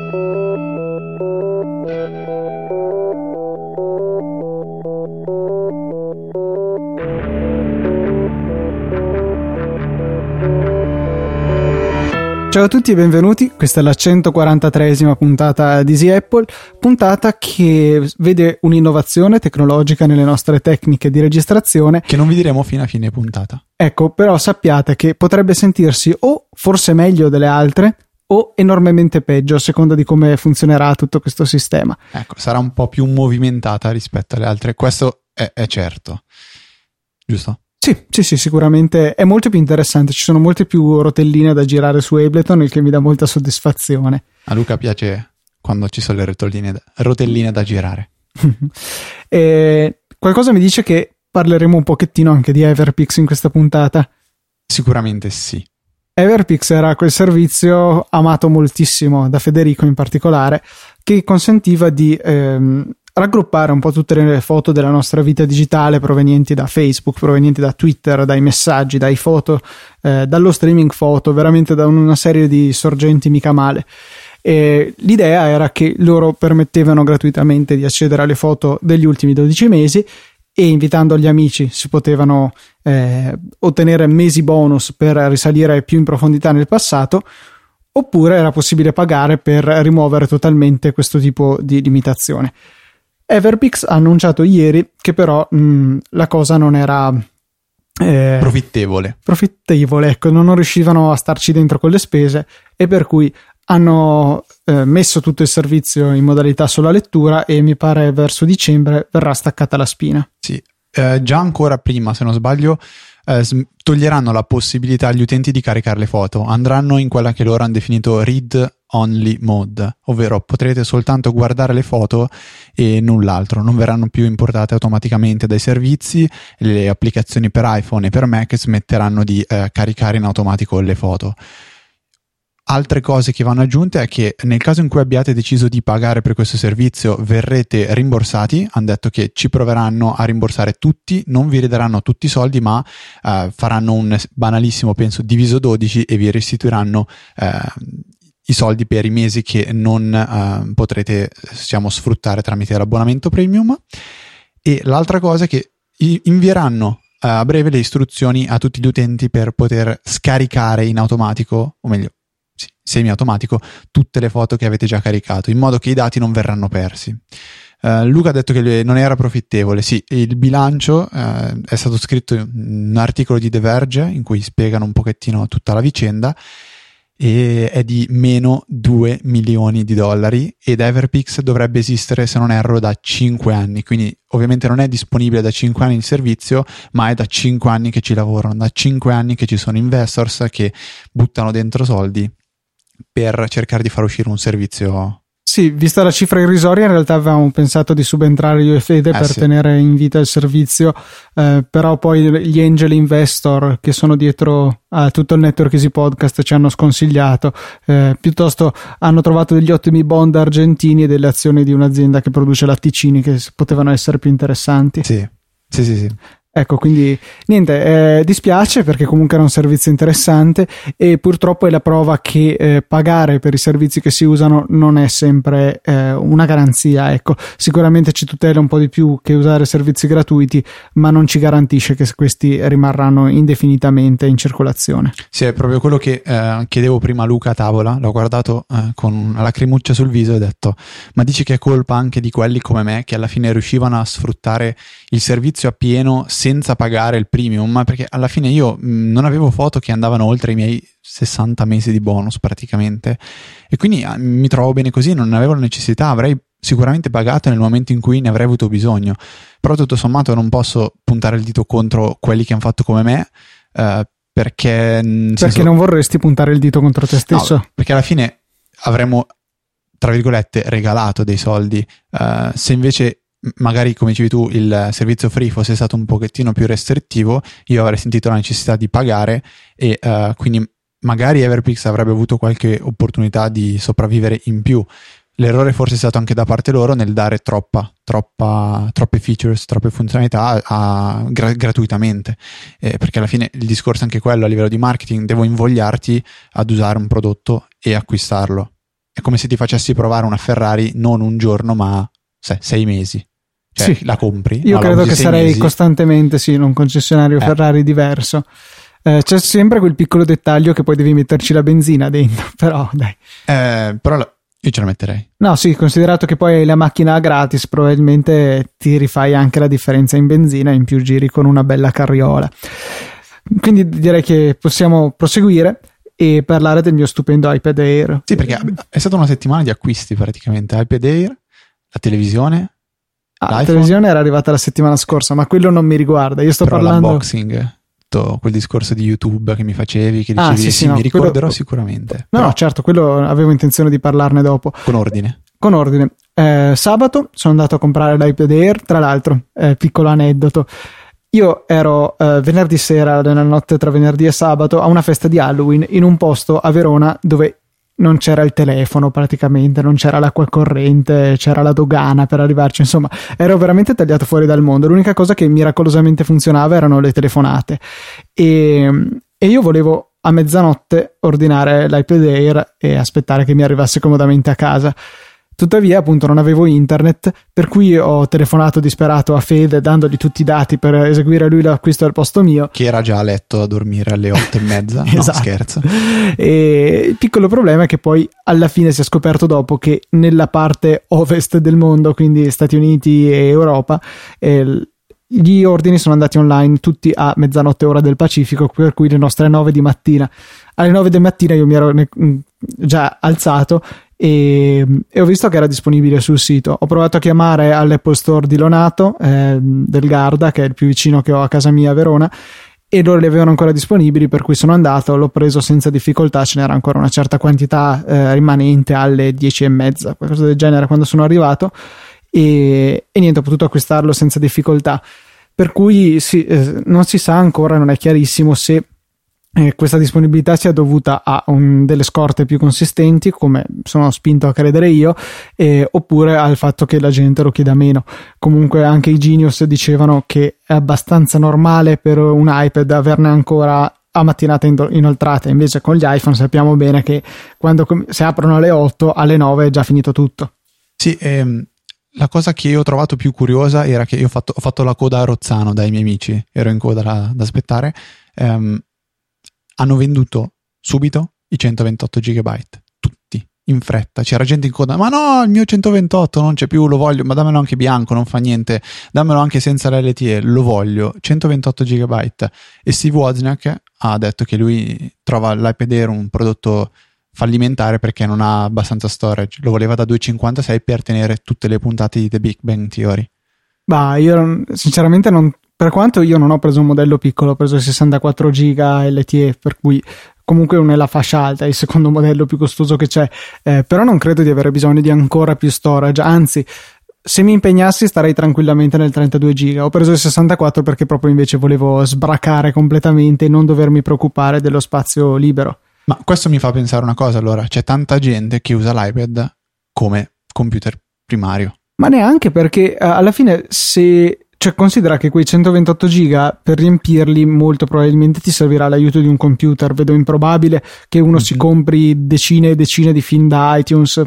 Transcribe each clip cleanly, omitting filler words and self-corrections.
Ciao a tutti e benvenuti, questa è la 143esima puntata di Easy Apple, puntata che vede un'innovazione tecnologica nelle nostre tecniche di registrazione che non vi diremo fino a fine puntata. Ecco, però sappiate che potrebbe sentirsi o forse meglio delle altre o enormemente peggio a seconda di come funzionerà tutto questo sistema. Ecco, sarà un po' più movimentata rispetto alle altre, questo è certo, giusto? Sì, sicuramente è molto più interessante, ci sono molte più rotelline da girare su Ableton, il che mi dà molta soddisfazione. A Luca piace quando ci sono le rotelline da girare. Qualcosa mi dice che parleremo un pochettino anche di Everpix in questa puntata. Sicuramente sì. Everpix era quel servizio amato moltissimo da Federico in particolare, che consentiva di raggruppare un po' tutte le foto della nostra vita digitale provenienti da Facebook, provenienti da Twitter, dai messaggi, dai foto, dallo streaming foto, veramente da una serie di sorgenti mica male. E l'idea era che loro permettevano gratuitamente di accedere alle foto degli ultimi 12 mesi e invitando gli amici si potevano ottenere mesi bonus per risalire più in profondità nel passato, oppure era possibile pagare per rimuovere totalmente questo tipo di limitazione. Everpix ha annunciato ieri che però la cosa non era profittevole, ecco, non riuscivano a starci dentro con le spese e per cui hanno messo tutto il servizio in modalità solo a lettura e mi pare verso dicembre verrà staccata la spina. Sì, già ancora prima, se non sbaglio, toglieranno la possibilità agli utenti di caricare le foto, andranno in quella che loro hanno definito read only mode, ovvero potrete soltanto guardare le foto e null'altro, non verranno più importate automaticamente dai servizi, le applicazioni per iPhone e per Mac smetteranno di caricare in automatico le foto. Altre cose che vanno aggiunte è che nel caso in cui abbiate deciso di pagare per questo servizio verrete rimborsati. Hanno detto che ci proveranno a rimborsare tutti, non vi ridaranno tutti i soldi, ma faranno un banalissimo, penso, diviso 12 e vi restituiranno i soldi per i mesi che non potrete, sfruttare tramite l'abbonamento premium. E l'altra cosa è che invieranno a breve le istruzioni a tutti gli utenti per poter scaricare in automatico, o meglio semi-automatico, tutte le foto che avete già caricato, in modo che i dati non verranno persi. Luca ha detto che non era profittevole. Sì, il bilancio è stato scritto in un articolo di The Verge in cui spiegano un pochettino tutta la vicenda e è di meno $2 milioni ed Everpix dovrebbe esistere, se non erro, da 5 anni, quindi ovviamente non è disponibile da 5 anni il servizio, ma è da 5 anni che ci lavorano, da 5 anni che ci sono investors che buttano dentro soldi per cercare di far uscire un servizio. Sì, vista la cifra irrisoria, in realtà avevamo pensato di subentrare io e Fede per tenere in vita il servizio, però poi gli angel investor che sono dietro a tutto il network Easy Podcast ci hanno sconsigliato, piuttosto hanno trovato degli ottimi bond argentini e delle azioni di un'azienda che produce latticini che potevano essere più interessanti. Sì. Ecco, quindi niente, dispiace perché comunque era un servizio interessante e purtroppo è la prova che pagare per i servizi che si usano non è sempre una garanzia. Ecco, sicuramente ci tutela un po' di più che usare servizi gratuiti, ma non ci garantisce che questi rimarranno indefinitamente in circolazione. Sì, è proprio quello che chiedevo prima a Luca a tavola. L'ho guardato con una lacrimuccia sul viso e ho detto: ma dici che è colpa anche di quelli come me che alla fine riuscivano a sfruttare il servizio appieno senza pagare il premium? Perché alla fine io non avevo foto che andavano oltre i miei 60 mesi di bonus praticamente, e quindi mi trovo bene così, non ne avevo la necessità. Avrei sicuramente pagato nel momento in cui ne avrei avuto bisogno, però tutto sommato non posso puntare il dito contro quelli che hanno fatto come me, perché non vorresti puntare il dito contro te stesso? No, perché alla fine avremmo, tra virgolette, regalato dei soldi. Se invece magari, come dicevi tu, il servizio free fosse stato un pochettino più restrittivo, io avrei sentito la necessità di pagare e quindi magari Everpix avrebbe avuto qualche opportunità di sopravvivere in più. L'errore forse è stato anche da parte loro nel dare troppe features, troppe funzionalità gratuitamente, perché alla fine il discorso è anche quello: a livello di marketing devo invogliarti ad usare un prodotto e acquistarlo. è come se ti facessi provare una Ferrari non un giorno ma 6 mesi. Cioè, sì, la compri. Io credo che sarei mesi. costantemente in un concessionario Ferrari diverso. C'è sempre quel piccolo dettaglio che poi devi metterci la benzina dentro, però dai. Però io ce la metterei. No, sì, considerato che poi hai la macchina gratis, probabilmente ti rifai anche la differenza in benzina, in più giri con una bella carriola. Quindi direi che possiamo proseguire e parlare del mio stupendo iPad Air. Sì, perché è stata una settimana di acquisti praticamente. iPad Air, la televisione. La televisione era arrivata la settimana scorsa, ma quello non mi riguarda. Io sto parlando l'unboxing, quel discorso di YouTube che mi facevi, che dicevi sì, no, mi ricorderò sicuramente. No, certo, quello avevo intenzione di parlarne dopo. Con ordine. Sabato sono andato a comprare l'iPad Air, tra l'altro, piccolo aneddoto. Io ero venerdì sera, nella notte tra venerdì e sabato, a una festa di Halloween in un posto a Verona dove non c'era il telefono praticamente, non c'era l'acqua corrente, c'era la dogana per arrivarci, insomma ero veramente tagliato fuori dal mondo. L'unica cosa che miracolosamente funzionava erano le telefonate e io volevo a mezzanotte ordinare l'iPad Air e aspettare che mi arrivasse comodamente a casa. Tuttavia appunto non avevo internet, per cui ho telefonato disperato a Fede dandogli tutti i dati per eseguire lui l'acquisto al posto mio, che era già a letto a dormire alle 8:30. Esatto. No, scherzo. E il piccolo problema è che poi alla fine si è scoperto dopo che nella parte ovest del mondo, quindi Stati Uniti e Europa, gli ordini sono andati online tutti a mezzanotte ora del Pacifico, per cui le nostre 9 di mattina. Alle 9 di mattina io mi ero già alzato e ho visto che era disponibile sul sito. Ho provato a chiamare all'Apple Store di Lonato, del Garda, che è il più vicino che ho a casa mia a Verona, e loro li avevano ancora disponibili, per cui sono andato, l'ho preso senza difficoltà. Ce n'era ancora una certa quantità rimanente alle 10:30, qualcosa del genere, quando sono arrivato, e niente, ho potuto acquistarlo senza difficoltà. Per cui sì, non si sa ancora, non è chiarissimo se questa disponibilità sia dovuta a delle scorte più consistenti, come sono spinto a credere io, oppure al fatto che la gente lo chieda meno. Comunque anche i Genius dicevano che è abbastanza normale per un iPad averne ancora a mattinata inoltrata, invece con gli iPhone sappiamo bene che quando si aprono alle 8, alle 9 è già finito tutto. Sì, la cosa che io ho trovato più curiosa era che io ho fatto la coda a Rozzano dai miei amici, ero in coda da aspettare. Hanno venduto subito i 128 GB, tutti, in fretta. C'era gente in coda, ma no, il mio 128 non c'è più, lo voglio, ma dammelo anche bianco, non fa niente, dammelo anche senza l'LTE, lo voglio, 128 GB. E Steve Wozniak ha detto che lui trova l'iPad Air un prodotto fallimentare perché non ha abbastanza storage, lo voleva da 256 per tenere tutte le puntate di The Big Bang Theory. Bah, io sinceramente non, per quanto io non ho preso un modello piccolo, ho preso il 64 GB LTE, per cui comunque nella fascia alta, è il secondo modello più costoso che c'è, però non credo di avere bisogno di ancora più storage, anzi se mi impegnassi starei tranquillamente nel 32 GB. Ho preso il 64 perché proprio invece volevo sbracare completamente e non dovermi preoccupare dello spazio libero. Ma questo mi fa pensare una cosa, allora, c'è tanta gente che usa l'iPad come computer primario. Ma neanche, perché alla fine considera che quei 128 giga per riempirli molto probabilmente ti servirà l'aiuto di un computer. Vedo improbabile che uno si compri decine e decine di film da iTunes,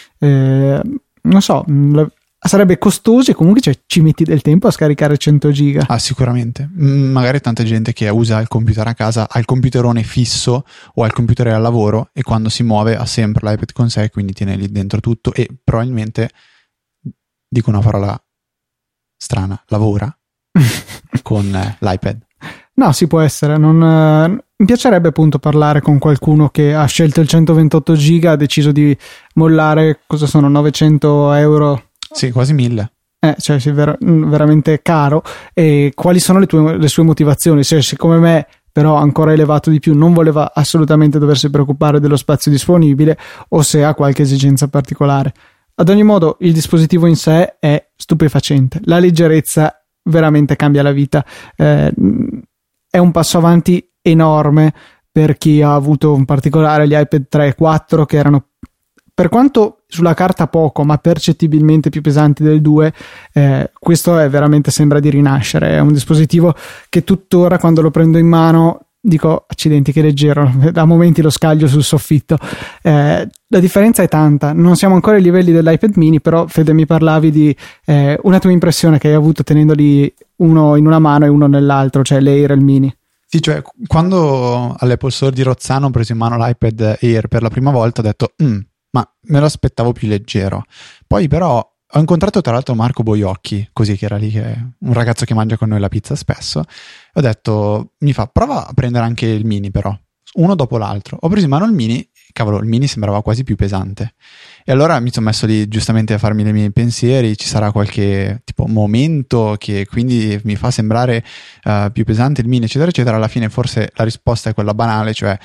non so, sarebbe costoso e comunque ci metti del tempo a scaricare 100 giga. Ah, sicuramente. Magari tanta gente che usa il computer a casa ha il computerone fisso o ha il computer al lavoro e quando si muove ha sempre l'iPad con sé, quindi tiene lì dentro tutto e probabilmente, dico una parola strana, lavora con l'iPad. No, si può essere. Mi piacerebbe appunto parlare con qualcuno che ha scelto il 128 giga, ha deciso di mollare, cosa sono, 900 euro? Sì, quasi 1000. Cioè sì, veramente caro. E quali sono le sue motivazioni? Se come me, però ancora elevato di più, non voleva assolutamente doversi preoccupare dello spazio disponibile, o se ha qualche esigenza particolare. Ad ogni modo, il dispositivo in sé è stupefacente. La leggerezza veramente cambia la vita. È un passo avanti enorme per chi ha avuto in particolare gli iPad 3 e 4, che erano, per quanto sulla carta poco, ma percettibilmente più pesanti del 2. Questo è veramente, sembra di rinascere. È un dispositivo che tuttora, quando lo prendo in mano, dico accidenti che leggero, a momenti lo scaglio sul soffitto. La differenza è tanta, non siamo ancora ai livelli dell'iPad mini, però Fede mi parlavi di una tua impressione che hai avuto tenendoli uno in una mano e uno nell'altro, cioè l'Air e il mini. Sì, cioè quando all'Apple Store di Rozzano ho preso in mano l'iPad Air per la prima volta ho detto ma me lo aspettavo più leggero. Poi però ho incontrato tra l'altro Marco Boiocchi, così, che era lì, che è un ragazzo che mangia con noi la pizza spesso, e ho detto, mi fa, prova a prendere anche il mini però, uno dopo l'altro. Ho preso in mano il mini, cavolo, il mini sembrava quasi più pesante. E allora mi sono messo lì giustamente a farmi i miei pensieri, ci sarà qualche tipo momento che quindi mi fa sembrare più pesante il mini, eccetera, eccetera. Alla fine forse la risposta è quella banale, cioè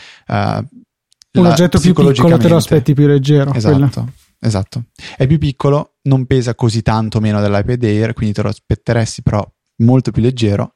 un oggetto più piccolo te lo aspetti più leggero. Esatto. È più piccolo, non pesa così tanto meno dell'iPad Air, quindi te lo aspetteresti però molto più leggero.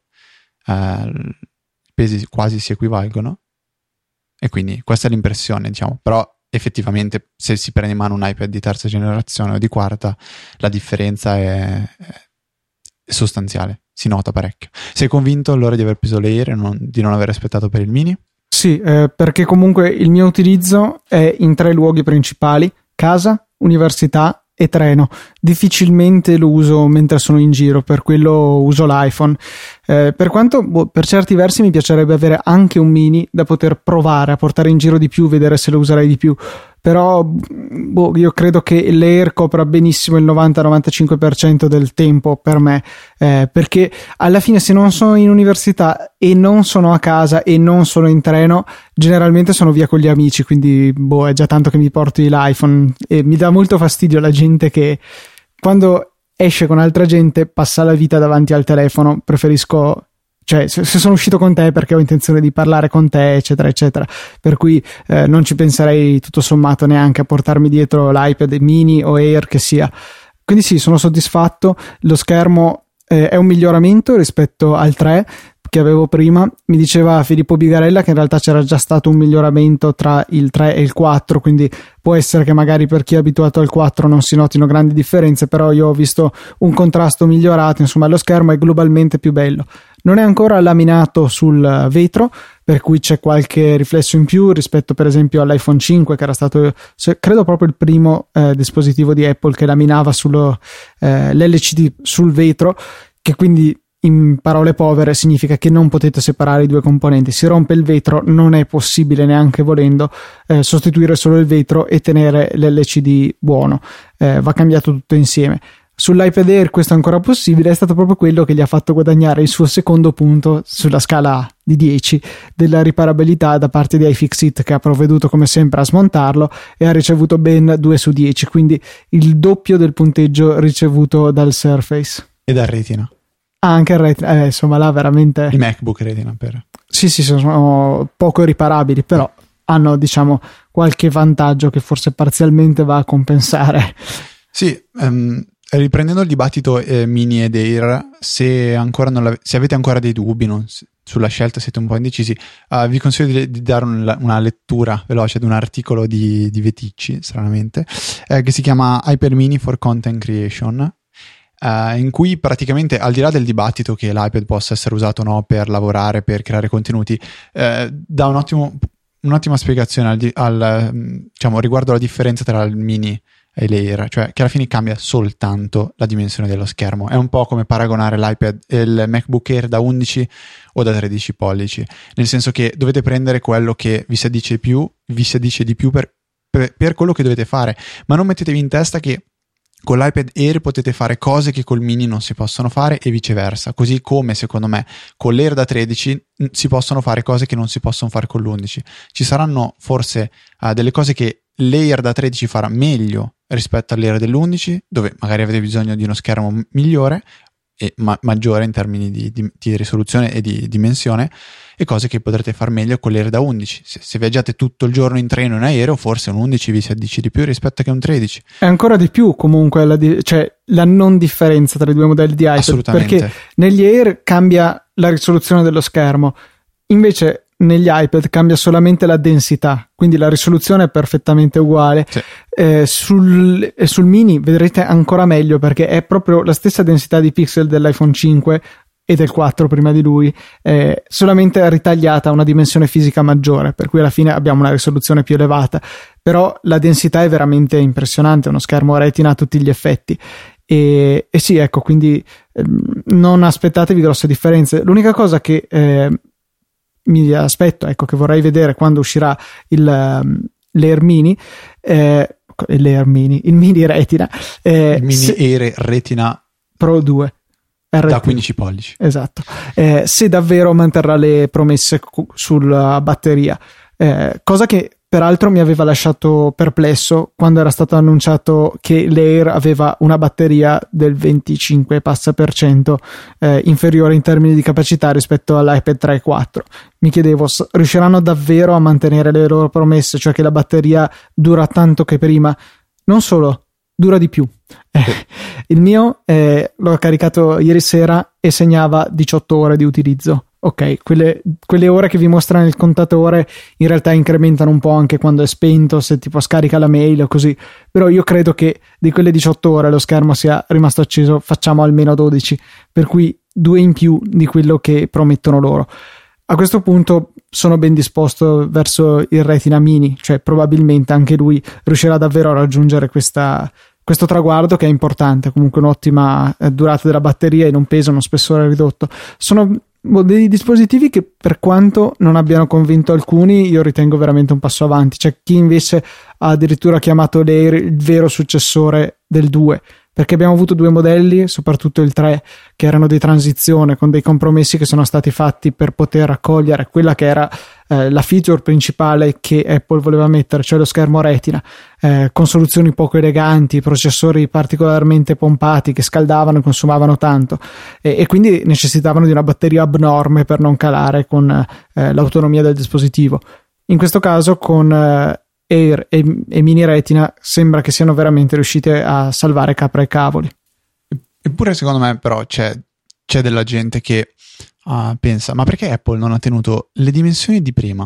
I pesi quasi si equivalgono e quindi questa è l'impressione, diciamo. Però effettivamente se si prende in mano un iPad di terza generazione o di quarta, la differenza è sostanziale, si nota parecchio. Sei convinto allora di aver preso l'Air e di non aver aspettato per il mini? Sì, perché comunque il mio utilizzo è in 3 luoghi principali: casa, università e treno. Difficilmente lo uso mentre sono in giro, per quello uso l'iPhone. Per quanto per certi versi mi piacerebbe avere anche un mini da poter provare a portare in giro di più, vedere se lo userei di più, però io credo che l'Air copra benissimo il 90-95% del tempo per me, perché alla fine se non sono in università e non sono a casa e non sono in treno, generalmente sono via con gli amici, quindi è già tanto che mi porti l'iPhone. E mi dà molto fastidio la gente che quando esce con altra gente passa la vita davanti al telefono. Preferisco, cioè, se sono uscito con te perché ho intenzione di parlare con te, eccetera eccetera, per cui non ci penserei tutto sommato neanche a portarmi dietro l'iPad mini o Air che sia. Quindi sì, sono soddisfatto. Lo schermo è un miglioramento rispetto al 3 che avevo prima. Mi diceva Filippo Bigarella che in realtà c'era già stato un miglioramento tra il 3 e il 4, quindi può essere che magari per chi è abituato al 4 non si notino grandi differenze, però io ho visto un contrasto migliorato. Insomma, lo schermo è globalmente più bello. Non è ancora laminato sul vetro, per cui c'è qualche riflesso in più rispetto per esempio all'iPhone 5, che era stato credo proprio il primo dispositivo di Apple che laminava l'LCD sul vetro, che quindi in parole povere significa che non potete separare i due componenti. Si rompe il vetro, non è possibile neanche volendo sostituire solo il vetro e tenere l'LCD buono, va cambiato tutto insieme. Sull'iPad Air questo è ancora possibile, è stato proprio quello che gli ha fatto guadagnare il suo secondo punto sulla scala di 10 della riparabilità da parte di iFixit, che ha provveduto come sempre a smontarlo e ha ricevuto ben 2 su 10, quindi il doppio del punteggio ricevuto dal Surface e dal Retina. Anche il Retina, insomma là veramente i MacBook Retina sì, sono poco riparabili, però hanno, diciamo, qualche vantaggio che forse parzialmente va a compensare. Sì, riprendendo il dibattito mini ed Air, se avete ancora dei dubbi sulla scelta, siete un po' indecisi, vi consiglio di dare una lettura veloce ad un articolo di Veticci, stranamente, che si chiama iPad Mini for Content Creation, in cui praticamente, al di là del dibattito che l'iPad possa essere usato o no per lavorare, per creare contenuti, dà un'ottima spiegazione diciamo, riguardo alla differenza tra il mini e l'Air, cioè che alla fine cambia soltanto la dimensione dello schermo. È un po' come paragonare l'iPad e il MacBook Air da 11 o da 13 pollici, nel senso che dovete prendere quello che vi si addice di più per quello che dovete fare, ma non mettetevi in testa che con l'iPad Air potete fare cose che col mini non si possono fare e viceversa, così come secondo me con l'Air da 13 si possono fare cose che non si possono fare con l'11. Ci saranno forse delle cose che l'Air da 13 farà meglio rispetto all'Air dell'11, dove magari avete bisogno di uno schermo migliore e maggiore in termini di risoluzione e di dimensione, e cose che potrete far meglio con l'Air da 11. Se viaggiate tutto il giorno in treno o in aereo, forse un 11 vi si addice di più rispetto che un 13. E ancora di più comunque la non differenza tra i due modelli di iPad. Assolutamente. Perché negli Air cambia la risoluzione dello schermo, invece negli iPad cambia solamente la densità, quindi la risoluzione è perfettamente uguale. Sì. Sul mini vedrete ancora meglio, perché è proprio la stessa densità di pixel dell'iPhone 5 e del 4 prima di lui, solamente ritagliata a una dimensione fisica maggiore, per cui alla fine abbiamo una risoluzione più elevata, però la densità è veramente impressionante, uno schermo retina a tutti gli effetti. E sì, ecco, quindi non aspettatevi grosse differenze. L'unica cosa che mi aspetto, ecco, che vorrei vedere quando uscirà l'Air Mini, il Mini Retina, il Mini Air Retina Pro 2 RT. Da 15 pollici. Esatto. Se davvero manterrà le promesse sulla batteria, cosa che peraltro mi aveva lasciato perplesso quando era stato annunciato che l'Air aveva una batteria del 25% inferiore in termini di capacità rispetto all'iPad 3 e 4. Mi chiedevo, riusciranno davvero a mantenere le loro promesse, cioè che la batteria dura tanto che prima? Non solo, dura di più. Il mio l'ho caricato ieri sera e segnava 18 ore di utilizzo. Ok, quelle ore che vi mostra nel contatore in realtà incrementano un po' anche quando è spento, se tipo scarica la mail o così, però io credo che di quelle 18 ore lo schermo sia rimasto acceso, facciamo almeno 12, per cui 2 in più di quello che promettono loro. A questo punto sono ben disposto verso il Retina Mini, cioè probabilmente anche lui riuscirà davvero a raggiungere questo traguardo, che è importante, comunque un'ottima durata della batteria in un peso, uno spessore ridotto. Sono dei dispositivi che, per quanto non abbiano convinto alcuni, io ritengo veramente un passo avanti. C'è chi invece ha addirittura chiamato l'Air il vero successore del 2, perché abbiamo avuto 2 modelli, soprattutto il 3, che erano di transizione, con dei compromessi che sono stati fatti per poter raccogliere quella che era la feature principale che Apple voleva mettere, cioè lo schermo retina, con soluzioni poco eleganti, processori particolarmente pompati che scaldavano e consumavano tanto, e quindi necessitavano di una batteria abnorme per non calare con l'autonomia del dispositivo. In questo caso con Air e Mini Retina sembra che siano veramente riuscite a salvare capra e cavoli. Eppure secondo me però c'è della gente che pensa, ma perché Apple non ha tenuto le dimensioni di prima?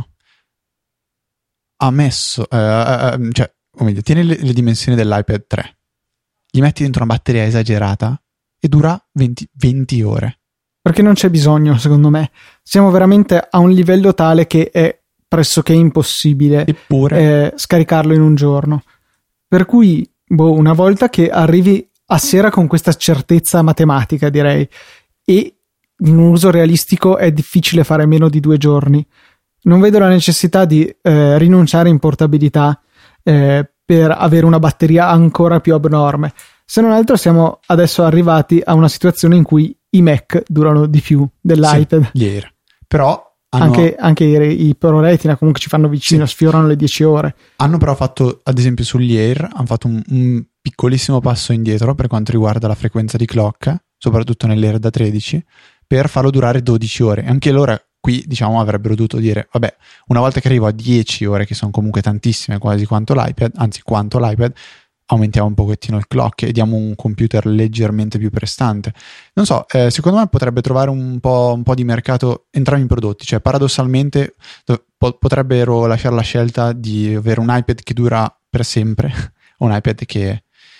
Ha messo cioè, o meglio, tiene le dimensioni dell'iPad 3, gli metti dentro una batteria esagerata e dura 20 ore. Perché non c'è bisogno, secondo me. Siamo veramente a un livello tale che è pressoché impossibile scaricarlo in un giorno, per cui una volta che arrivi a sera con questa certezza matematica, direi, e in un uso realistico è difficile fare meno di 2 giorni, non vedo la necessità di rinunciare in portabilità per avere una batteria ancora più abnorme. Se non altro siamo adesso arrivati a una situazione in cui i Mac durano di più dell'iPad. Sì, ieri. Però anche i Pro Retina comunque ci fanno vicino, sì. Sfiorano le 10 ore. Hanno però fatto, ad esempio sugli Air, hanno fatto un piccolissimo passo indietro per quanto riguarda la frequenza di clock, soprattutto nell'Air da 13, per farlo durare 12 ore. Anche loro qui, diciamo, avrebbero dovuto dire, vabbè, una volta che arrivo a 10 ore, che sono comunque tantissime, quasi quanto l'iPad, aumentiamo un pochettino il clock e diamo un computer leggermente più prestante. Non so, secondo me potrebbe trovare un po' di mercato entrambi i prodotti, cioè paradossalmente potrebbero lasciare la scelta di avere un iPad che dura per sempre o un iPad che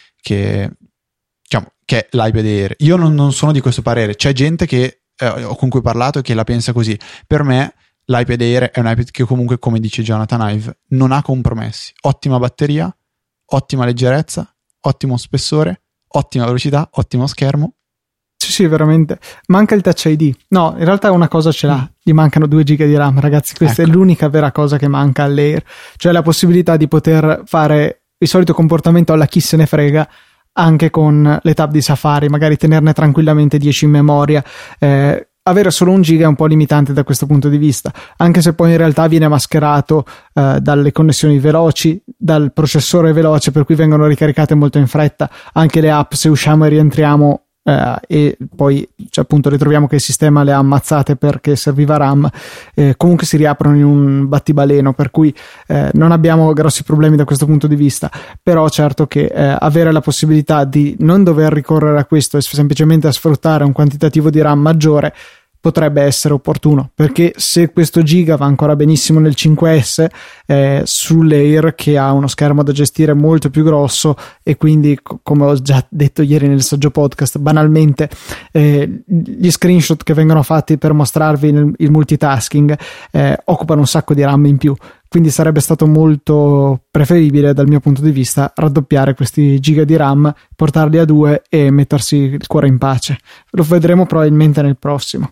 diciamo che è l'iPad Air. Io non sono di questo parere, c'è gente che con cui ho parlato che la pensa così. Per me l'iPad Air è un iPad che comunque, come dice Jonathan Ive, non ha compromessi, ottima batteria, ottima leggerezza, ottimo spessore, ottima velocità, ottimo schermo. Sì, veramente. Manca il Touch ID. No, in realtà una cosa ce l'ha. Gli mancano 2 GB di RAM, ragazzi. Questa è l'unica vera cosa che manca all'Air. Cioè la possibilità di poter fare il solito comportamento alla chi se ne frega anche con le tab di Safari, magari tenerne tranquillamente 10 in memoria. Avere solo 1 giga è un po' limitante da questo punto di vista, anche se poi in realtà viene mascherato dalle connessioni veloci, dal processore veloce, per cui vengono ricaricate molto in fretta anche le app se usciamo e rientriamo, e poi appunto ritroviamo che il sistema le ha ammazzate perché serviva RAM, comunque si riaprono in un battibaleno, per cui non abbiamo grossi problemi da questo punto di vista. Però certo che avere la possibilità di non dover ricorrere a questo e semplicemente a sfruttare un quantitativo di RAM maggiore potrebbe essere opportuno, perché se questo giga va ancora benissimo nel 5S, sull'Air, che ha uno schermo da gestire molto più grosso e quindi, come ho già detto ieri nel saggio podcast, banalmente gli screenshot che vengono fatti per mostrarvi il multitasking occupano un sacco di RAM in più, quindi sarebbe stato molto preferibile dal mio punto di vista raddoppiare questi giga di RAM, portarli a 2 e mettersi il cuore in pace. Lo vedremo probabilmente nel prossimo.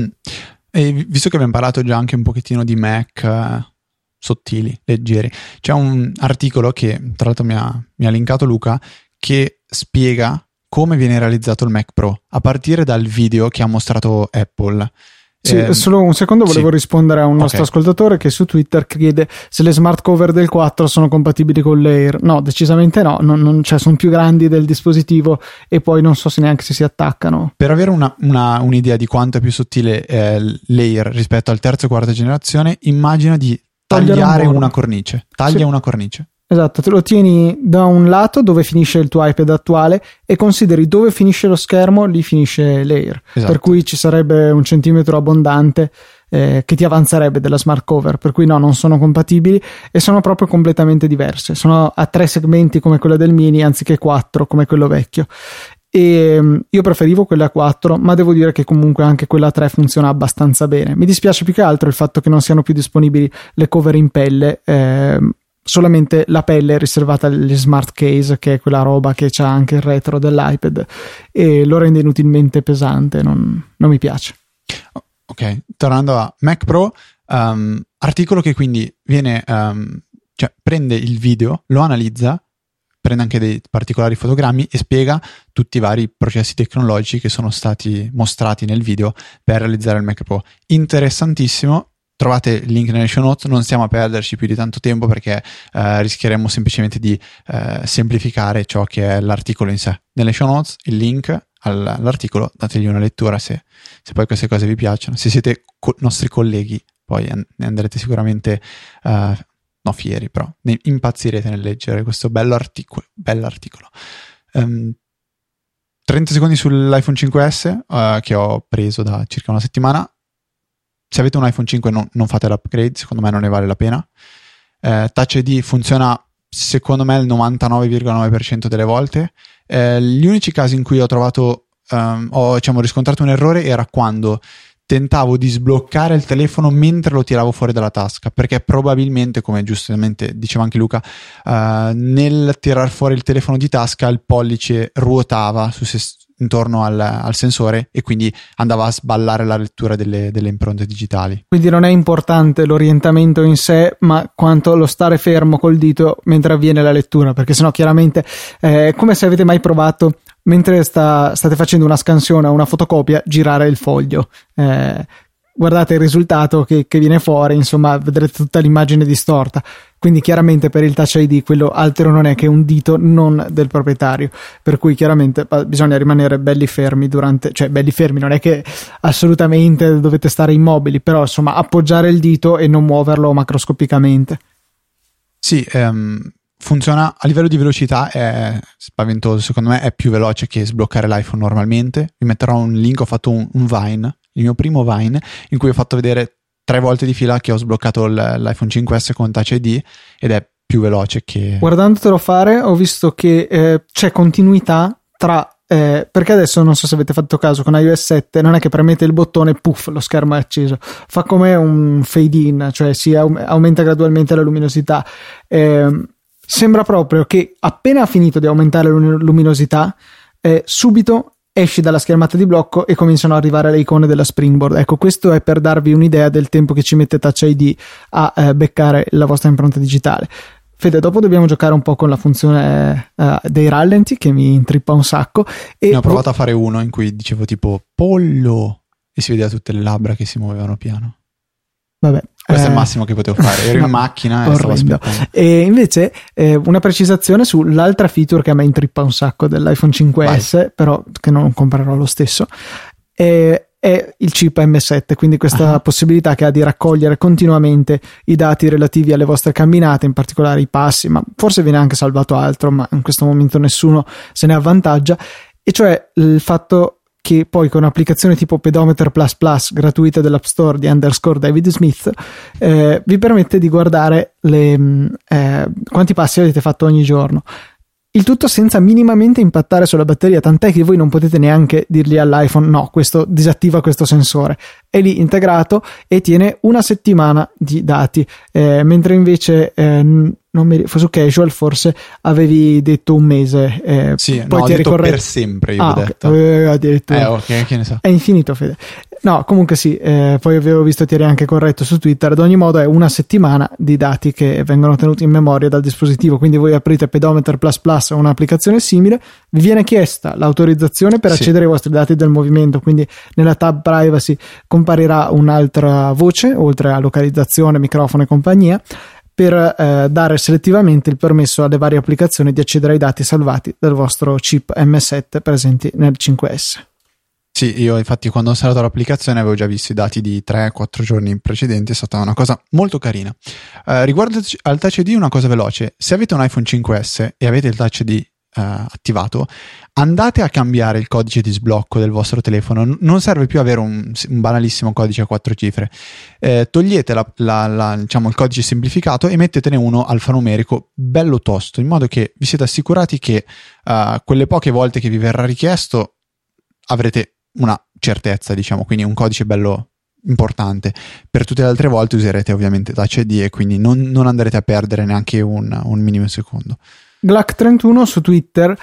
E visto che abbiamo parlato già anche un pochettino di Mac sottili, leggeri, c'è un articolo che tra l'altro mi ha linkato Luca, che spiega come viene realizzato il Mac Pro a partire dal video che ha mostrato Apple. Sì, solo un secondo, volevo rispondere a un nostro ascoltatore che su Twitter chiede se le smart cover del 4 sono compatibili con l'Air. No, decisamente no, cioè sono più grandi del dispositivo e poi non so se neanche se si attaccano. Per avere un'idea di quanto è più sottile l'Air rispetto al terzo e quarta generazione, immagina di tagliare una cornice. Una cornice. Esatto, te lo tieni da un lato dove finisce il tuo iPad attuale e consideri dove finisce lo schermo, lì finisce l'Air. Esatto. Per cui ci sarebbe un centimetro abbondante che ti avanzerebbe della smart cover, per cui no, non sono compatibili e sono proprio completamente diverse. Sono a 3 segmenti come quella del mini anziché 4 come quello vecchio. E io preferivo quella a 4, ma devo dire che comunque anche quella a 3 funziona abbastanza bene. Mi dispiace più che altro il fatto che non siano più disponibili le cover in pelle, solamente la pelle è riservata agli smart case, che è quella roba che c'ha anche il retro dell'iPad, e lo rende inutilmente pesante, non mi piace. Ok, tornando a Mac Pro, articolo che quindi viene cioè prende il video, lo analizza, prende anche dei particolari fotogrammi e spiega tutti i vari processi tecnologici che sono stati mostrati nel video per realizzare il Mac Pro. Interessantissimo. Trovate il link nelle show notes, non stiamo a perderci più di tanto tempo perché rischieremmo semplicemente di semplificare ciò che è l'articolo in sé. Nelle show notes il link all'articolo, dategli una lettura se poi queste cose vi piacciono. Se siete nostri colleghi poi ne andrete sicuramente fieri, però ne impazzirete nel leggere questo bell'articolo. 30 secondi sull'iPhone 5S che ho preso da circa una settimana. Se avete un iPhone 5 non fate l'upgrade, secondo me non ne vale la pena. Touch ID funziona secondo me il 99,9% delle volte. Gli unici casi in cui ho trovato ho riscontrato un errore era quando tentavo di sbloccare il telefono mentre lo tiravo fuori dalla tasca, perché probabilmente, come giustamente diceva anche Luca, nel tirar fuori il telefono di tasca il pollice ruotava intorno al sensore e quindi andava a sballare la lettura delle impronte digitali. Quindi non è importante l'orientamento in sé, ma quanto lo stare fermo col dito mentre avviene la lettura, perché sennò chiaramente è come se avete mai provato mentre state facendo una scansione o una fotocopia girare il foglio. Guardate il risultato che viene fuori, insomma vedrete tutta l'immagine distorta, quindi chiaramente per il Touch ID quello altro non è che un dito non del proprietario, per cui chiaramente bisogna rimanere belli fermi belli fermi non è che assolutamente dovete stare immobili, però insomma appoggiare il dito e non muoverlo macroscopicamente. Sì, funziona a livello di velocità, è spaventoso, secondo me è più veloce che sbloccare l'iPhone normalmente. Vi metterò un link, ho fatto un Vine, il mio primo Vine, in cui ho fatto vedere 3 volte di fila che ho sbloccato l'iPhone 5S con Touch ID ed è più veloce che... Guardandotelo fare ho visto che c'è continuità tra... perché adesso non so se avete fatto caso, con iOS 7 non è che premete il bottone puff lo schermo è acceso, fa come un fade in, cioè si aumenta gradualmente la luminosità. Sembra proprio che appena ha finito di aumentare la luminosità subito esci dalla schermata di blocco e cominciano ad arrivare le icone della Springboard. Ecco, questo è per darvi un'idea del tempo che ci mette Touch ID a beccare la vostra impronta digitale. Fede, dopo dobbiamo giocare un po' con la funzione dei rallenti che mi intrippa un sacco. E ne ho provato a fare uno in cui dicevo tipo pollo e si vedeva tutte le labbra che si muovevano piano. Vabbè, questo è il massimo che potevo fare. Ero in macchina e stavo aspettando. E invece una precisazione sull'altra feature che a me intrippa un sacco dell'iPhone 5S, Vai. Però che non comprerò lo stesso, è il chip M7, quindi questa possibilità che ha di raccogliere continuamente i dati relativi alle vostre camminate, in particolare i passi, ma forse viene anche salvato altro, ma in questo momento nessuno se ne avvantaggia, e cioè il fatto che poi con un'applicazione tipo Pedometer++ gratuita dell'App Store di _David Smith vi permette di guardare quanti passi avete fatto ogni giorno. Il tutto senza minimamente impattare sulla batteria, tant'è che voi non potete neanche dirgli all'iPhone no, questo disattiva questo sensore. È lì integrato e tiene una settimana di dati, mentre invece su Casual forse avevi detto un mese. Sì, poi ho ti detto ricorre... per sempre, io ho detto. Addirittura. Ok, che ne so. È infinito, Fede. No, comunque sì, poi avevo visto ti eri anche corretto su Twitter. Ad ogni modo è una settimana di dati che vengono tenuti in memoria dal dispositivo, quindi voi aprite Pedometer++ o un'applicazione simile, vi viene chiesta l'autorizzazione per accedere ai vostri dati del movimento, quindi nella tab privacy comparirà un'altra voce, oltre a localizzazione, microfono e compagnia, per dare selettivamente il permesso alle varie applicazioni di accedere ai dati salvati dal vostro chip M7 presenti nel 5S. Sì, io infatti quando ho installato l'applicazione avevo già visto i dati di 3-4 giorni precedenti, è stata una cosa molto carina. Riguardo al Touch ID, una cosa veloce: se avete un iPhone 5S e avete il Touch ID attivato, andate a cambiare il codice di sblocco del vostro telefono. Non serve più avere un banalissimo codice a 4 cifre. Togliete diciamo il codice semplificato e mettetene uno alfanumerico bello tosto, in modo che vi siete assicurati che quelle poche volte che vi verrà richiesto avrete una certezza, diciamo, quindi un codice bello importante. Per tutte le altre volte userete ovviamente Touch ID e quindi non andrete a perdere neanche un minimo secondo. Glac31 su Twitter,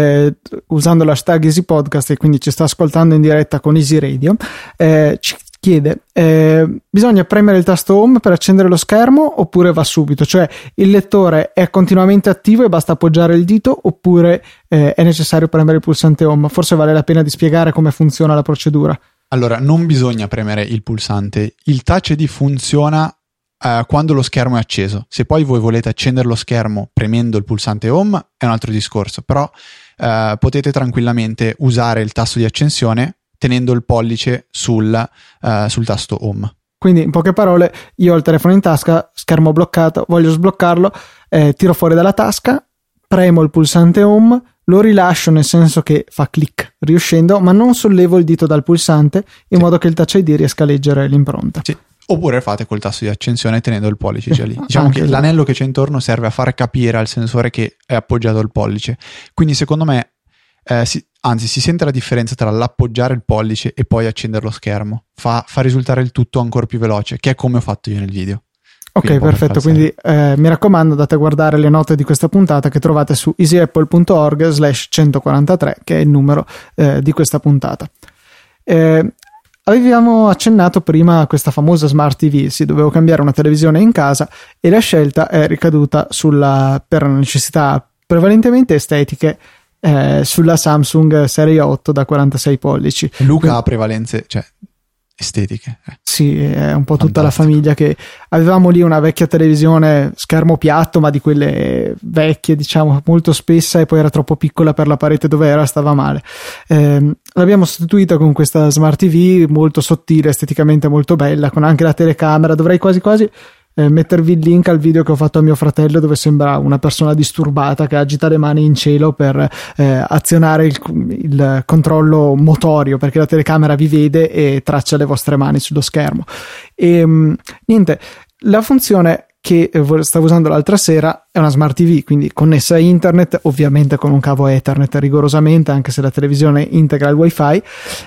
usando l'hashtag EasyPodcast, e quindi ci sta ascoltando in diretta con Easy Radio, ci chiede: bisogna premere il tasto home per accendere lo schermo oppure va subito? Cioè il lettore è continuamente attivo e basta appoggiare il dito, oppure è necessario premere il pulsante home? Forse vale la pena di spiegare come funziona la procedura. Allora, non bisogna premere il pulsante. Il Touch ID funziona quando lo schermo è acceso. Se poi voi volete accendere lo schermo premendo il pulsante home è un altro discorso, però potete tranquillamente usare il tasto di accensione tenendo il pollice sul tasto home. Quindi in poche parole, io ho il telefono in tasca, schermo bloccato, voglio sbloccarlo, tiro fuori dalla tasca, premo il pulsante home, lo rilascio nel senso che fa click riuscendo, ma non sollevo il dito dal pulsante in modo che il Touch ID riesca a leggere l'impronta. Sì. Oppure fate col tasto di accensione tenendo il pollice già lì. Diciamo che l'anello che c'è intorno serve a far capire al sensore che è appoggiato il pollice. Quindi secondo me si sente la differenza tra l'appoggiare il pollice e poi accendere lo schermo. Fa risultare il tutto ancora più veloce, che è come ho fatto io nel video. Ok, perfetto, quindi mi raccomando, andate a guardare le note di questa puntata che trovate su easyapple.org/143, che è il numero di questa puntata. Avevamo accennato prima a questa famosa Smart TV, sì, dovevo cambiare una televisione in casa e la scelta è ricaduta per necessità prevalentemente estetiche sulla Samsung Serie 8 da 46 pollici. Luca ha prevalenze, cioè estetiche. Sì, è un po' tutta la famiglia che avevamo lì una vecchia televisione schermo piatto, ma di quelle vecchie, diciamo, molto spessa, e poi era troppo piccola per la parete dove era, stava male. L'abbiamo sostituita con questa Smart TV molto sottile, esteticamente molto bella, con anche la telecamera. Dovrei quasi mettervi il link al video che ho fatto a mio fratello, dove sembra una persona disturbata che agita le mani in cielo per azionare il controllo motorio, perché la telecamera vi vede e traccia le vostre mani sullo schermo. E niente, la funzione che stavo usando l'altra sera è una Smart TV, quindi connessa a internet, ovviamente con un cavo Ethernet rigorosamente, anche se la televisione integra il wifi.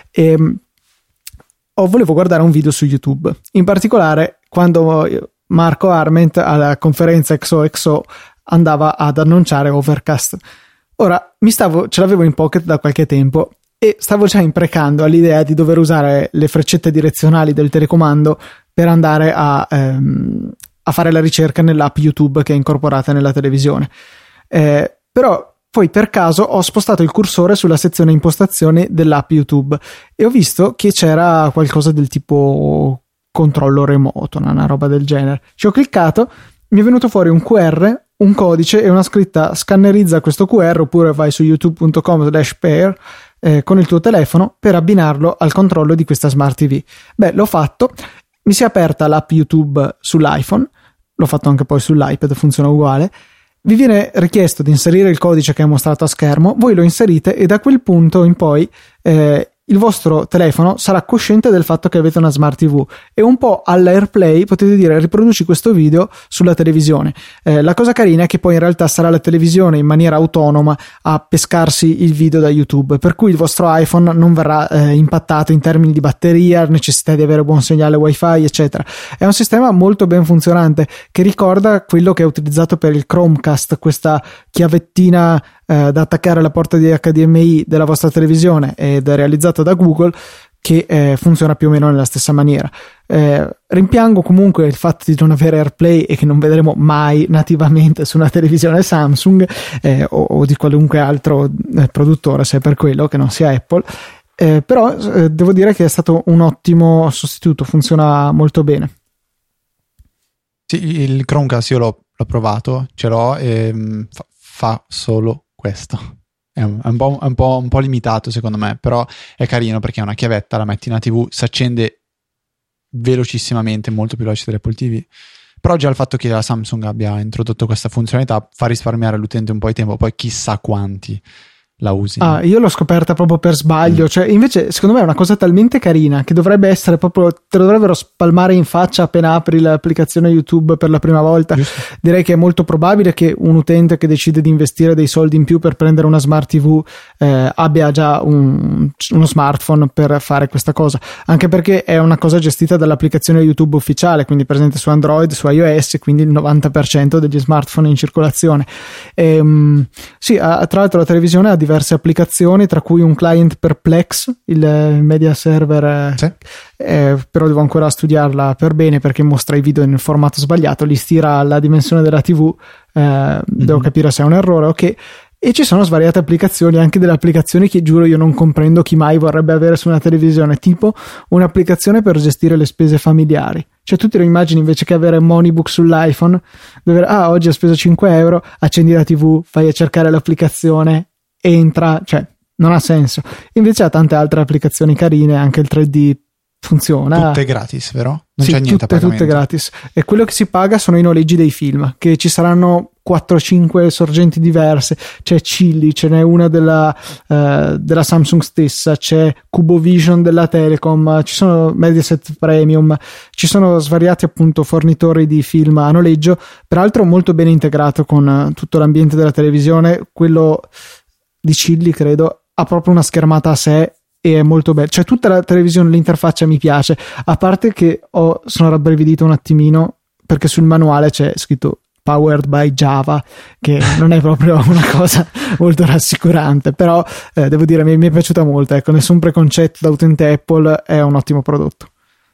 Volevo guardare un video su YouTube, in particolare quando Marco Arment alla conferenza XOXO andava ad annunciare Overcast. Ora ce l'avevo in pocket da qualche tempo e stavo già imprecando all'idea di dover usare le freccette direzionali del telecomando per andare a fare la ricerca nell'app YouTube che è incorporata nella televisione. Però poi per caso ho spostato il cursore sulla sezione impostazioni dell'app YouTube e ho visto che c'era qualcosa del tipo controllo remoto, una roba del genere. Ci ho cliccato, mi è venuto fuori un QR, un codice e una scritta: scannerizza questo QR oppure vai su youtube.com/pair con il tuo telefono per abbinarlo al controllo di questa Smart TV. Beh, l'ho fatto, mi si è aperta l'app YouTube sull'iPhone, l'ho fatto anche poi sull'iPad, funziona uguale. Vi viene richiesto di inserire il codice che è mostrato a schermo, voi lo inserite e da quel punto in poi il vostro telefono sarà cosciente del fatto che avete una smart TV e un po' all'AirPlay potete dire riproduci questo video sulla televisione. La cosa carina è che poi in realtà sarà la televisione in maniera autonoma a pescarsi il video da YouTube, per cui il vostro iPhone non verrà impattato in termini di batteria, necessità di avere buon segnale wifi eccetera. È un sistema molto ben funzionante che ricorda quello che è utilizzato per il Chromecast, questa chiavettina da attaccare alla porta di HDMI della vostra televisione ed è realizzato da Google, che funziona più o meno nella stessa maniera. Rimpiango comunque il fatto di non avere AirPlay e che non vedremo mai nativamente su una televisione Samsung o di qualunque altro produttore, se è per quello che non sia Apple. Però devo dire che è stato un ottimo sostituto, funziona molto bene. Sì, il Chromecast io l'ho provato, ce l'ho e fa solo questo. È un po' limitato secondo me, però è carino perché è una chiavetta, la metti in una TV, si accende velocissimamente, molto più veloce dell'Apple TV. Però già il fatto che la Samsung abbia introdotto questa funzionalità fa risparmiare all'utente un po' di tempo, poi chissà quanti la usi. Io l'ho scoperta proprio per sbaglio, cioè invece secondo me è una cosa talmente carina che dovrebbe essere proprio, te lo dovrebbero spalmare in faccia appena apri l'applicazione YouTube per la prima volta. Giusto. Direi che è molto probabile che un utente che decide di investire dei soldi in più per prendere una smart TV abbia già uno smartphone per fare questa cosa, anche perché è una cosa gestita dall'applicazione YouTube ufficiale, quindi presente su Android, su iOS, quindi il 90% degli smartphone in circolazione. Sì, tra l'altro la televisione ha diverse applicazioni, tra cui un client per Plex, il media server, sì. Però devo ancora studiarla per bene perché mostra i video nel formato sbagliato, li stira alla dimensione della TV, devo capire se è un errore, ok. E ci sono svariate applicazioni, anche delle applicazioni che giuro io non comprendo chi mai vorrebbe avere su una televisione, tipo un'applicazione per gestire le spese familiari. Cioè tu te lo immagini, invece che avere Moneybook sull'iPhone, dove oggi ho speso 5 euro, accendi la TV, fai a cercare l'applicazione, entra, cioè non ha senso. Invece ha tante altre applicazioni carine, anche il 3D funziona. Tutte gratis, vero? Non sì, c'è niente a pagamento. Tutte gratis. E quello che si paga sono i noleggi dei film, che ci saranno 4-5 sorgenti diverse. C'è Chilli, ce n'è una della Samsung stessa, c'è Cubovision della Telecom, ci sono Mediaset Premium, ci sono svariati appunto fornitori di film a noleggio, peraltro molto ben integrato con tutto l'ambiente della televisione. Quello di Chilli credo ha proprio una schermata a sé e è molto bello, cioè tutta la televisione, l'interfaccia mi piace, a parte che sono rabbrividito un attimino perché sul manuale c'è scritto Powered by Java, che non è proprio una cosa molto rassicurante, però devo dire mi è piaciuta molto, ecco, nessun preconcetto da utente Apple, è un ottimo prodotto.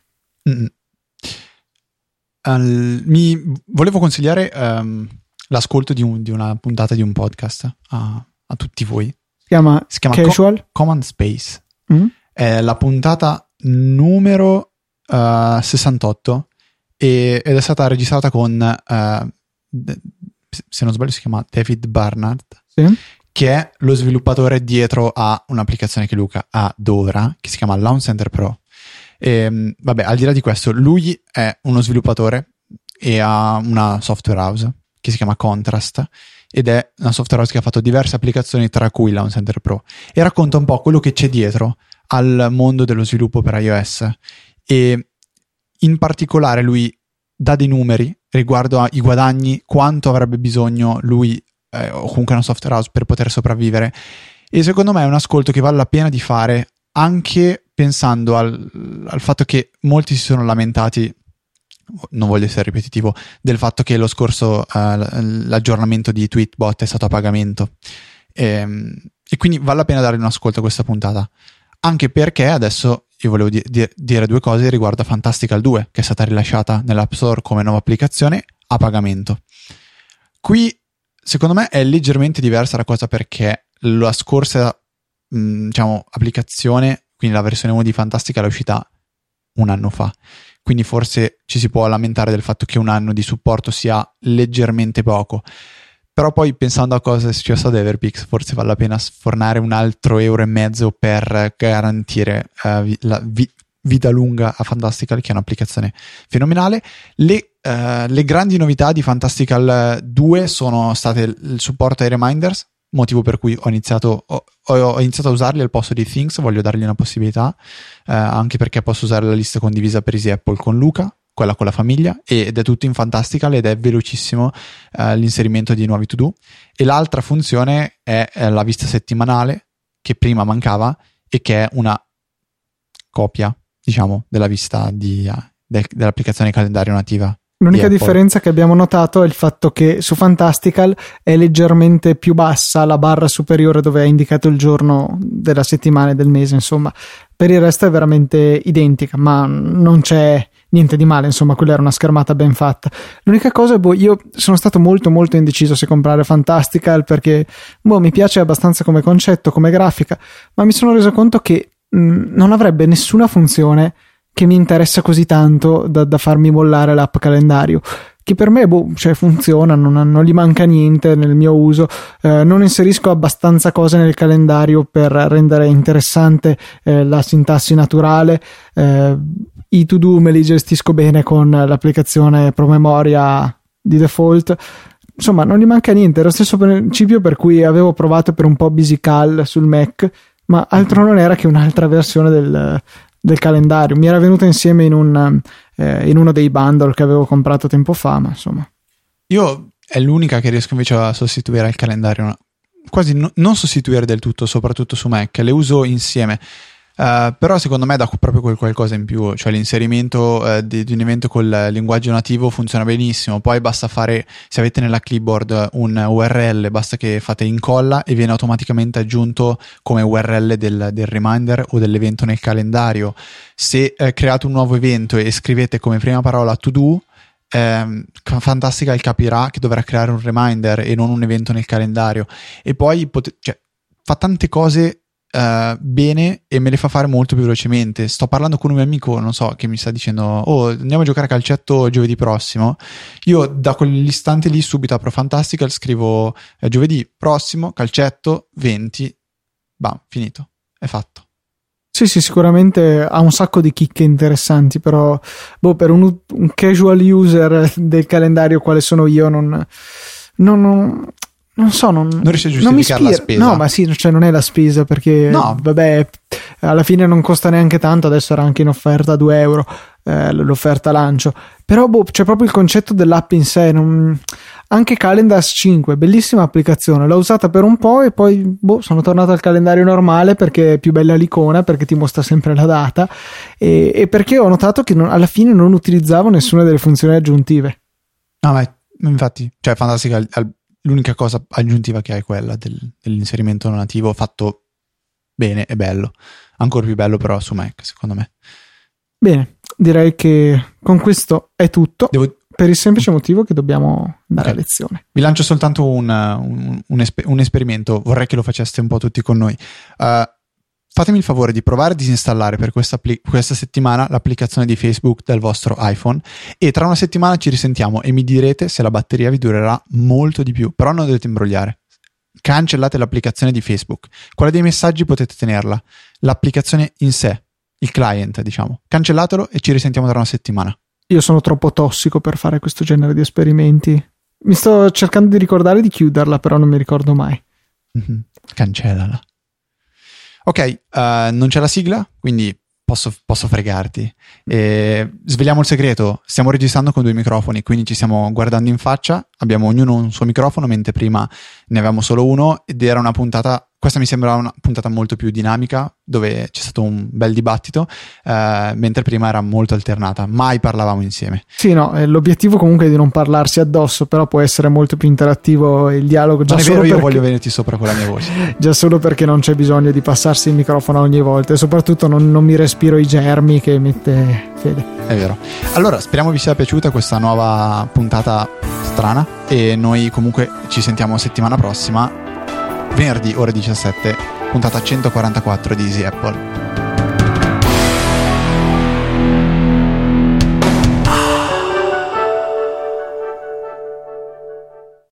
Mi volevo consigliare l'ascolto di una puntata di un podcast a tutti voi. Si chiama Casual Command Space. È la puntata numero 68 ed è stata registrata con se non sbaglio si chiama David Barnard, sì, che è lo sviluppatore dietro a un'applicazione che Luca adora, che si chiama Launch Center Pro. Vabbè, al di là di questo, lui è uno sviluppatore e ha una software house che si chiama Contrast, ed è una software house che ha fatto diverse applicazioni, tra cui Launch Center Pro, e racconta un po' quello che c'è dietro al mondo dello sviluppo per iOS. E in particolare lui dà dei numeri riguardo ai guadagni, quanto avrebbe bisogno lui o comunque una software house per poter sopravvivere, e secondo me è un ascolto che vale la pena di fare, anche pensando al fatto che molti si sono lamentati, non voglio essere ripetitivo, del fatto che lo scorso l'aggiornamento di Tweetbot è stato a pagamento, e quindi vale la pena dare un ascolto a questa puntata, anche perché adesso io volevo dire due cose riguardo a Fantastical 2, che è stata rilasciata nell'App Store come nuova applicazione a pagamento. Qui secondo me è leggermente diversa la cosa, perché la scorsa applicazione, quindi la versione 1 di Fantastical, è uscita un anno fa, quindi forse ci si può lamentare del fatto che un anno di supporto sia leggermente poco, però poi pensando a cosa è successo ad Everpix, forse vale la pena sfornare un altro €1,50 per garantire la vita lunga a Fantastical, che è un'applicazione fenomenale. Le grandi novità di Fantastical 2 sono state il supporto ai reminders, motivo per cui ho iniziato a usarli al posto di Things. Voglio dargli una possibilità, anche perché posso usare la lista condivisa per Easy Apple con Luca, quella con la famiglia, ed è tutto in Fantastical ed è velocissimo l'inserimento di nuovi to-do. E l'altra funzione è la vista settimanale, che prima mancava e che è una copia, diciamo, della vista dell'applicazione calendario nativa. L'unica differenza che abbiamo notato è il fatto che su Fantastical è leggermente più bassa la barra superiore dove è indicato il giorno della settimana e del mese, insomma. Per il resto è veramente identica, ma non c'è niente di male, insomma, quella era una schermata ben fatta. L'unica cosa, io sono stato molto molto indeciso se comprare Fantastical, perché mi piace abbastanza come concetto, come grafica, ma mi sono reso conto che non avrebbe nessuna funzione che mi interessa così tanto da farmi mollare l'app calendario, che per me funziona, non gli manca niente nel mio uso. Non inserisco abbastanza cose nel calendario per rendere interessante la sintassi naturale. I to-do me li gestisco bene con l'applicazione promemoria di default. Insomma, non gli manca niente. È lo stesso principio per cui avevo provato per un po' Bisical sul Mac, ma altro non era che un'altra versione del calendario. Mi era venuta insieme in uno dei bundle che avevo comprato tempo fa, ma insomma. Io è l'unica che riesco invece a sostituire al calendario, quasi non sostituire del tutto, soprattutto su Mac, le uso insieme. Però secondo me dà proprio quel qualcosa in più, cioè l'inserimento di un evento col linguaggio nativo funziona benissimo. Poi basta fare, se avete nella clipboard un URL, basta che fate incolla e viene automaticamente aggiunto come URL del reminder o dell'evento nel calendario. Se create un nuovo evento e scrivete come prima parola to do, Fantastical capirà che dovrà creare un reminder e non un evento nel calendario. E poi fa tante cose bene e me le fa fare molto più velocemente. Sto parlando con un mio amico, non so, che mi sta dicendo andiamo a giocare a calcetto giovedì prossimo. Io da quell'istante lì subito apro Fantastical, scrivo giovedì prossimo calcetto 20, bam, finito, è fatto. Sì, sicuramente ha un sacco di chicche interessanti, però per un casual user del calendario quale sono io non so, non riesci a giustificare la spesa. No, ma sì, cioè non è la spesa, perché no, vabbè, alla fine non costa neanche tanto. Adesso era anche in offerta a €2 l'offerta lancio, però c'è proprio il concetto dell'app in sé. Anche Calendars 5, bellissima applicazione, l'ho usata per un po' e poi sono tornato al calendario normale perché è più bella l'icona, perché ti mostra sempre la data e perché ho notato che alla fine non utilizzavo nessuna delle funzioni aggiuntive. No, ma infatti, cioè Fantastica, l'unica cosa aggiuntiva che hai è quella dell'inserimento nativo fatto bene e bello, ancora più bello però su Mac, secondo me. Bene, direi che con questo è tutto, per il semplice motivo che dobbiamo andare a lezione. Vi lancio soltanto un esperimento, vorrei che lo faceste un po' tutti con noi. Fatemi il favore di provare a disinstallare per questa settimana l'applicazione di Facebook dal vostro iPhone e tra una settimana ci risentiamo e mi direte se la batteria vi durerà molto di più, però non dovete imbrogliare. Cancellate l'applicazione di Facebook. Quella dei messaggi potete tenerla, l'applicazione in sé, il client, diciamo. Cancellatelo e ci risentiamo tra una settimana. Io sono troppo tossico per fare questo genere di esperimenti. Mi sto cercando di ricordare di chiuderla, però non mi ricordo mai. Cancellala. Ok, non c'è la sigla, quindi posso fregarti. Sveliamo il segreto: stiamo registrando con 2 microfoni, quindi ci stiamo guardando in faccia, abbiamo ognuno un suo microfono, mentre prima ne avevamo solo uno ed era una puntata, questa mi sembra una puntata molto più dinamica, dove c'è stato un bel dibattito, mentre prima era molto alternata, mai parlavamo insieme. Sì, no, l'obiettivo comunque è di non parlarsi addosso, però può essere molto più interattivo il dialogo. Non è vero, io voglio venirti sopra con la mia voce. Già solo perché non c'è bisogno di passarsi il microfono ogni volta e soprattutto non mi respiro i germi che mette Fede. È vero. Allora, speriamo vi sia piaciuta questa nuova puntata strana e noi comunque ci sentiamo settimana prossima, venerdì ore 17, puntata 144 di Easy Apple.